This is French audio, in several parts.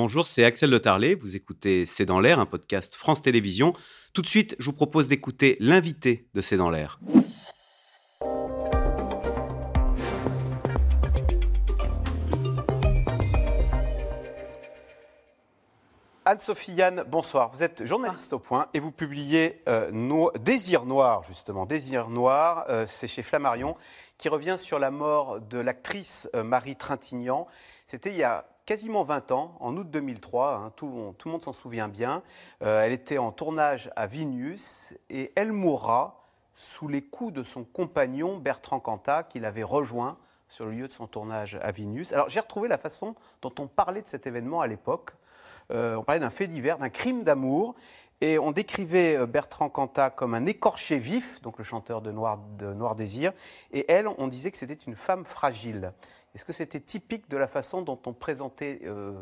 bonjour, c'est Axel Le Tarlet. Vous écoutez C'est dans l'air, un podcast France Télévisions. Tout de suite, je vous propose d'écouter l'invité de C'est dans l'air. Anne-Sophie Yann, bonsoir. Vous êtes journaliste au Point et vous publiez Désir Noir, justement. Désir Noir, c'est chez Flammarion, qui revient sur la mort de l'actrice Marie Trintignant. C'était il y a quasiment 20 ans, en août 2003, tout le monde s'en souvient bien. Elle était en tournage à Vilnius et elle mourra sous les coups de son compagnon Bertrand Cantat, qui l'avait rejoint sur le lieu de son tournage à Vilnius. Alors j'ai retrouvé la façon dont on parlait de cet événement à l'époque. On parlait d'un fait divers, d'un crime d'amour, et on décrivait Bertrand Cantat comme un écorché vif, donc le chanteur de Noir Désir, et elle, on disait que c'était une femme fragile. Est-ce que c'était typique de la façon dont on présentait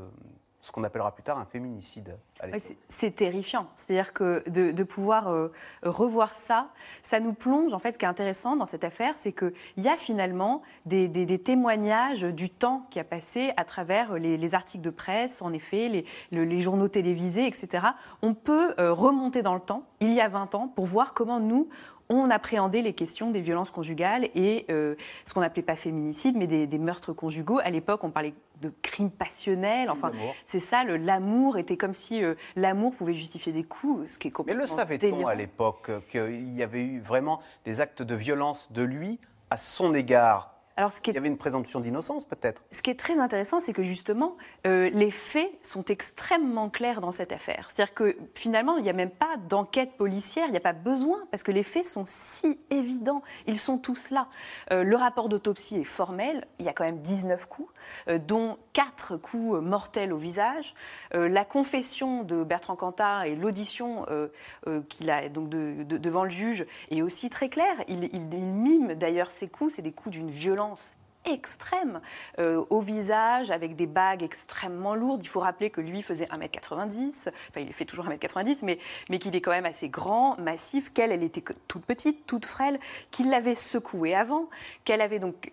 ce qu'on appellera plus tard un féminicide à l'époque ? C'est terrifiant. C'est-à-dire que de pouvoir revoir ça, ça nous plonge. En fait, ce qui est intéressant dans cette affaire, c'est qu'il y a finalement des témoignages du temps qui a passé à travers les articles de presse, en effet, les journaux télévisés, etc. On peut remonter dans le temps, il y a 20 ans, pour voir comment nous, on appréhendait les questions des violences conjugales et ce qu'on n'appelait pas féminicide, mais des meurtres conjugaux. À l'époque, on parlait de crimes passionnels. Enfin, c'est ça, l'amour était comme si l'amour pouvait justifier des coups, ce qui est complètement Mais le savait-on à l'époque qu'il y avait eu vraiment des actes de violence de lui à son égard ? Alors, il y avait une présomption d'innocence, peut-être. Ce qui est très intéressant, c'est que justement, les faits sont extrêmement clairs dans cette affaire. C'est-à-dire que finalement, il n'y a même pas d'enquête policière, il n'y a pas besoin, parce que les faits sont si évidents. Ils sont tous là. Le rapport d'autopsie est formel. Il y a quand même 19 coups, dont 4 coups mortels au visage. La confession de Bertrand Cantat et l'audition qu'il a donc devant le juge est aussi très claire. Il mime d'ailleurs ces coups. C'est des coups d'une violence extrême au visage, avec des bagues extrêmement lourdes. Il faut rappeler que lui faisait 1m90, enfin il fait toujours 1m90, mais qu'il est quand même assez grand, massif, qu'elle était toute petite, toute frêle, qu'il l'avait secouée avant, qu'elle avait donc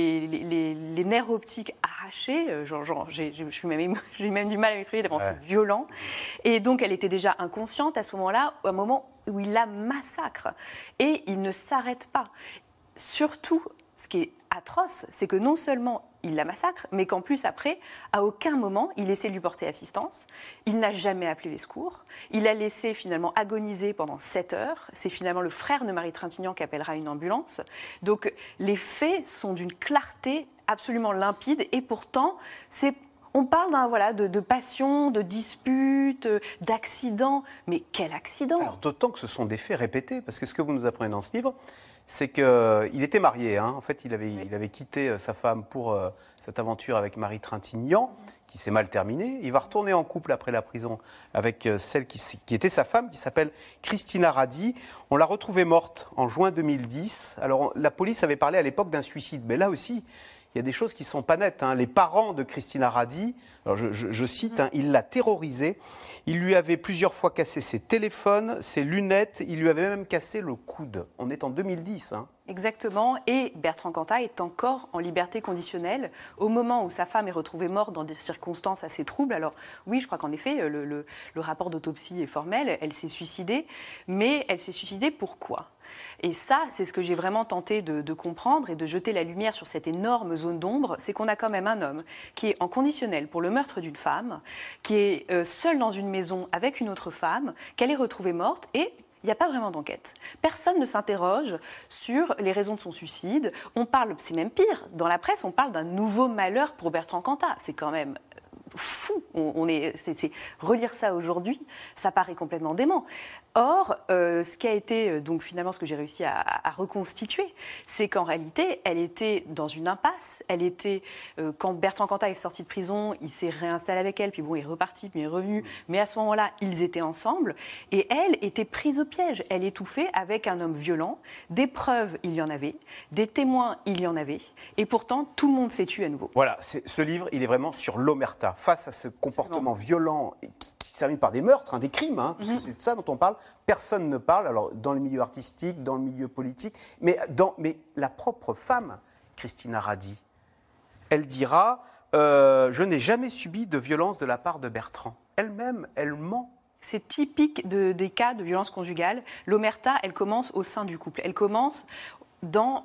les nerfs optiques arrachés, j'ai même du mal à m'exprimer tellement c'est violent, et donc elle était déjà inconsciente à ce moment-là, au moment où il la massacre, et il ne s'arrête pas. Surtout, ce qui est atroce, c'est que non seulement il la massacre, mais qu'en plus après, à aucun moment, il essaie de lui porter assistance. Il n'a jamais appelé les secours. Il a laissé finalement agoniser pendant 7 heures. C'est finalement le frère de Marie Trintignant qui appellera une ambulance. Donc les faits sont d'une clarté absolument limpide et pourtant, on parle de passion, de dispute, d'accident. Mais quel accident ? Alors, d'autant que ce sont des faits répétés, parce que ce que vous nous apprenez dans ce livre, c'est qu'il était marié. En fait, il avait quitté sa femme pour cette aventure avec Marie Trintignant, qui s'est mal terminée. Il va retourner en couple après la prison avec celle qui était sa femme, qui s'appelle Christina Radi. On l'a retrouvée morte en juin 2010. Alors, la police avait parlé à l'époque d'un suicide, mais là aussi, il y a des choses qui ne sont pas nettes. Les parents de Christina Radi, alors je cite, il l'a terrorisée. Il lui avait plusieurs fois cassé ses téléphones, ses lunettes. Il lui avait même cassé le coude. On est en 2010. Exactement. Et Bertrand Cantat est encore en liberté conditionnelle au moment où sa femme est retrouvée morte dans des circonstances assez troubles. Alors oui, je crois qu'en effet, le rapport d'autopsie est formel. Elle s'est suicidée. Mais elle s'est suicidée pourquoi ? Et ça, c'est ce que j'ai vraiment tenté de comprendre et de jeter la lumière sur cette énorme zone d'ombre, c'est qu'on a quand même un homme qui est en conditionnel pour le meurtre d'une femme, qui est seul dans une maison avec une autre femme, qu'elle est retrouvée morte et il n'y a pas vraiment d'enquête. Personne ne s'interroge sur les raisons de son suicide. On parle, c'est même pire, dans la presse, on parle d'un nouveau malheur pour Bertrand Cantat. C'est quand même fou. Relire ça aujourd'hui, ça paraît complètement dément. Or, ce qui a été, donc finalement, ce que j'ai réussi à reconstituer, c'est qu'en réalité, elle était dans une impasse. Elle était, quand Bertrand Cantat est sorti de prison, il s'est réinstallé avec elle, puis bon, il est reparti, puis il est revenu. Mais à ce moment-là, ils étaient ensemble. Et elle était prise au piège. Elle étouffait avec un homme violent. Des preuves, il y en avait. Des témoins, il y en avait. Et pourtant, tout le monde s'est tué à nouveau. Voilà, ce livre, il est vraiment sur l'omerta. Face à ce comportement violent qui se termine par des meurtres, des crimes, parce que c'est de ça dont on parle. Personne ne parle, alors dans le milieu artistique, dans le milieu politique, mais la propre femme, Christina Radi, elle dira je n'ai jamais subi de violence de la part de Bertrand. Elle-même, elle ment. C'est typique des cas de violence conjugale. L'omerta, elle commence au sein du couple. Elle commence dans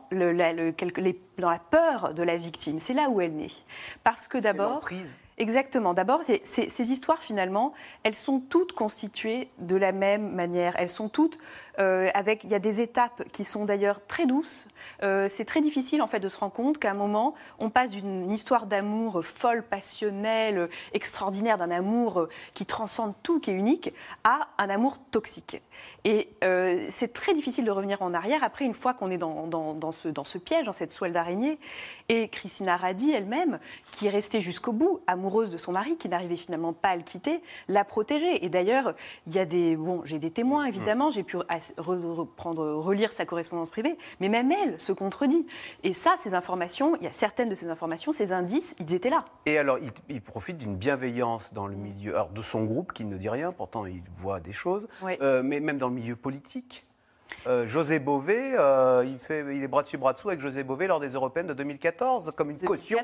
dans la peur de la victime. C'est là où elle naît. Parce que d'abord... Exactement. D'abord, ces histoires, finalement, elles sont toutes constituées de la même manière. Elles sont toutes il y a des étapes qui sont d'ailleurs très douces. C'est très difficile, en fait, de se rendre compte qu'à un moment, on passe d'une histoire d'amour folle, passionnelle, extraordinaire, d'un amour qui transcende tout, qui est unique, à un amour toxique. Et c'est très difficile de revenir en arrière après, une fois qu'on est dans ce piège, dans cette toile d'araignée. Et Christina Radi, elle-même, qui est restée jusqu'au bout, amoureuse de son mari, qui n'arrivait finalement pas à le quitter, l'a protégée. Et d'ailleurs, il y a j'ai des témoins, évidemment, j'ai pu relire sa correspondance privée, mais même elle se contredit. Et ça, ces informations, il y a certaines de ces informations, ces indices, ils étaient là. Et alors, il profite d'une bienveillance dans le milieu, alors de son groupe, qui ne dit rien, pourtant il voit des choses, oui. Mais même dans le milieu politique. José Bové, il est bras dessus bras dessous avec José Bové lors des Européennes de 2014, comme une caution,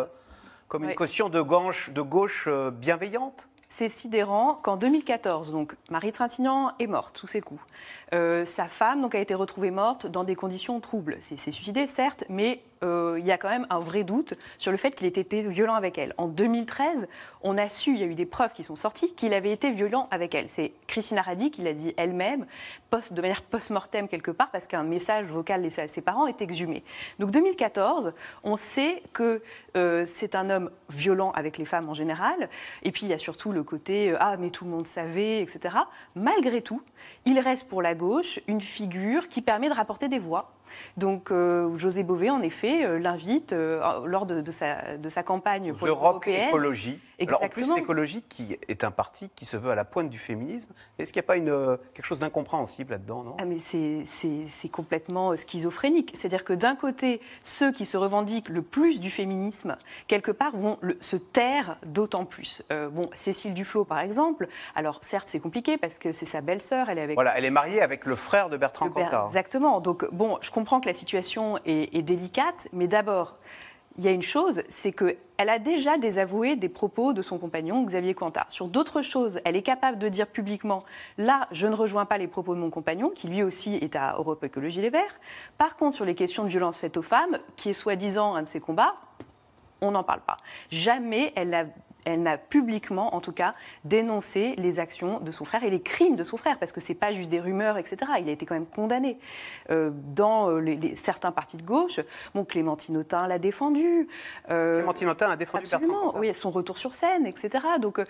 une caution de gauche bienveillante. C'est sidérant qu'en 2014, donc, Marie Trintignant est morte sous ses coups. Sa femme donc, a été retrouvée morte dans des conditions troubles. C'est suicidé, certes, mais il y a quand même un vrai doute sur le fait qu'il ait été violent avec elle. En 2013, on a su, il y a eu des preuves qui sont sorties, qu'il avait été violent avec elle. C'est Christina Radi qui l'a dit elle-même, de manière post-mortem quelque part, parce qu'un message vocal de ses parents est exhumé. Donc 2014, on sait que c'est un homme violent avec les femmes en général, et puis il y a surtout le côté « ah, mais tout le monde savait », etc. Malgré tout, il reste pour la gauche une figure qui permet de rapporter des voix. Donc José Bové, en effet, l'invite lors de sa campagne pour l'Europe écologie. Exactement. Alors, en plus, l'écologie qui est un parti qui se veut à la pointe du féminisme. Est-ce qu'il n'y a pas quelque chose d'incompréhensible là-dedans, non ? Ah, mais c'est complètement schizophrénique. C'est-à-dire que d'un côté, ceux qui se revendiquent le plus du féminisme, quelque part, vont se taire d'autant plus. Cécile Duflot, par exemple, alors certes, c'est compliqué parce que c'est sa belle-sœur. Elle est mariée avec le frère de Bertrand Cantat. Exactement. Donc, je comprends que la situation est délicate, mais d'abord, il y a une chose, c'est qu'elle a déjà désavoué des propos de son compagnon, Xavier Cantat. Sur d'autres choses, elle est capable de dire publiquement « là, je ne rejoins pas les propos de mon compagnon », qui lui aussi est à Europe Écologie Les Verts. Par contre, sur les questions de violence faite aux femmes, qui est soi-disant un de ses combats, on n'en parle pas. Jamais elle n'a publiquement, en tout cas, dénoncé les actions de son frère et les crimes de son frère, parce que ce n'est pas juste des rumeurs, etc. Il a été quand même condamné. Dans certains partis de gauche, Clémentine Autain l'a défendu. Clémentine Autain a défendu absolument, Bertrand Cantat. Oui, son retour sur scène, etc. Donc,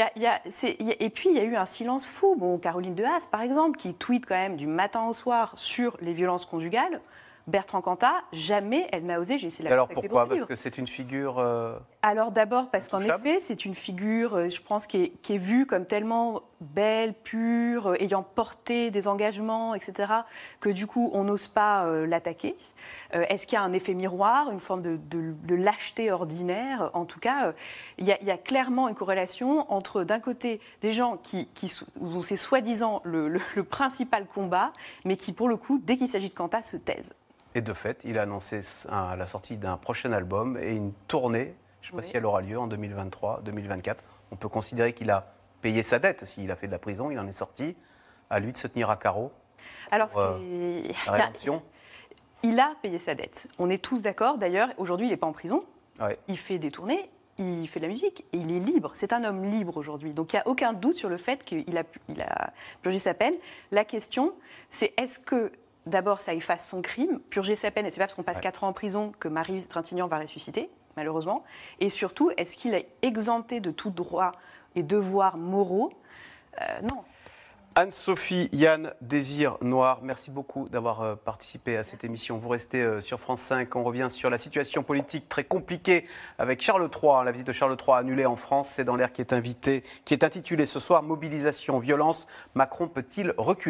et puis, il y a eu un silence fou. Caroline de Haas, par exemple, qui tweet quand même du matin au soir sur les violences conjugales. Bertrand Cantat, jamais elle n'a osé, j'ai essayé de la contacter. Alors pourquoi ? Parce que c'est une figure... Alors d'abord parce qu'en effet, c'est une figure, je pense, qui est vue comme tellement belle, pure, ayant porté des engagements, etc., que du coup, on n'ose pas l'attaquer. Est-ce qu'il y a un effet miroir, une forme de lâcheté ordinaire ? En tout cas, il y a clairement une corrélation entre, d'un côté, des gens où c'est soi-disant le principal combat, mais qui, pour le coup, dès qu'il s'agit de Cantat, se taisent. Et de fait, il a annoncé la sortie d'un prochain album et une tournée, je ne sais pas si elle aura lieu en 2023, 2024. On peut considérer qu'il a payé sa dette. S'il a fait de la prison, il en est sorti. À lui de se tenir à carreau. Alors, la rédemption. Il a payé sa dette. On est tous d'accord. D'ailleurs, aujourd'hui, il n'est pas en prison. Ouais. Il fait des tournées. Il fait de la musique et il est libre. C'est un homme libre aujourd'hui. Donc, il n'y a aucun doute sur le fait qu'il a purgé sa peine. La question, c'est est-ce que d'abord, ça efface son crime, purger sa peine, et c'est pas parce qu'on passe 4 ans en prison que Marie Trintignant va ressusciter, malheureusement. Et surtout, est-ce qu'il est exempté de tout droit et devoirs moraux ? Non. Anne-Sophie Yann Désir Noir, merci beaucoup d'avoir participé à cette émission. Vous restez sur France 5. On revient sur la situation politique très compliquée avec Charles III. La visite de Charles III annulée en France. C'est dans l'air qui est intitulé ce soir « Mobilisation, violence. Macron peut-il reculer ?»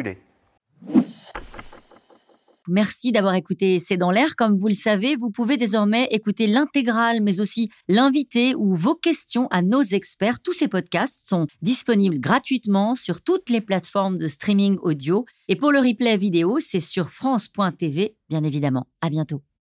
Merci d'avoir écouté C'est dans l'air. Comme vous le savez, vous pouvez désormais écouter l'intégrale, mais aussi l'invité ou vos questions à nos experts. Tous ces podcasts sont disponibles gratuitement sur toutes les plateformes de streaming audio. Et pour le replay vidéo, c'est sur France.tv, bien évidemment. À bientôt.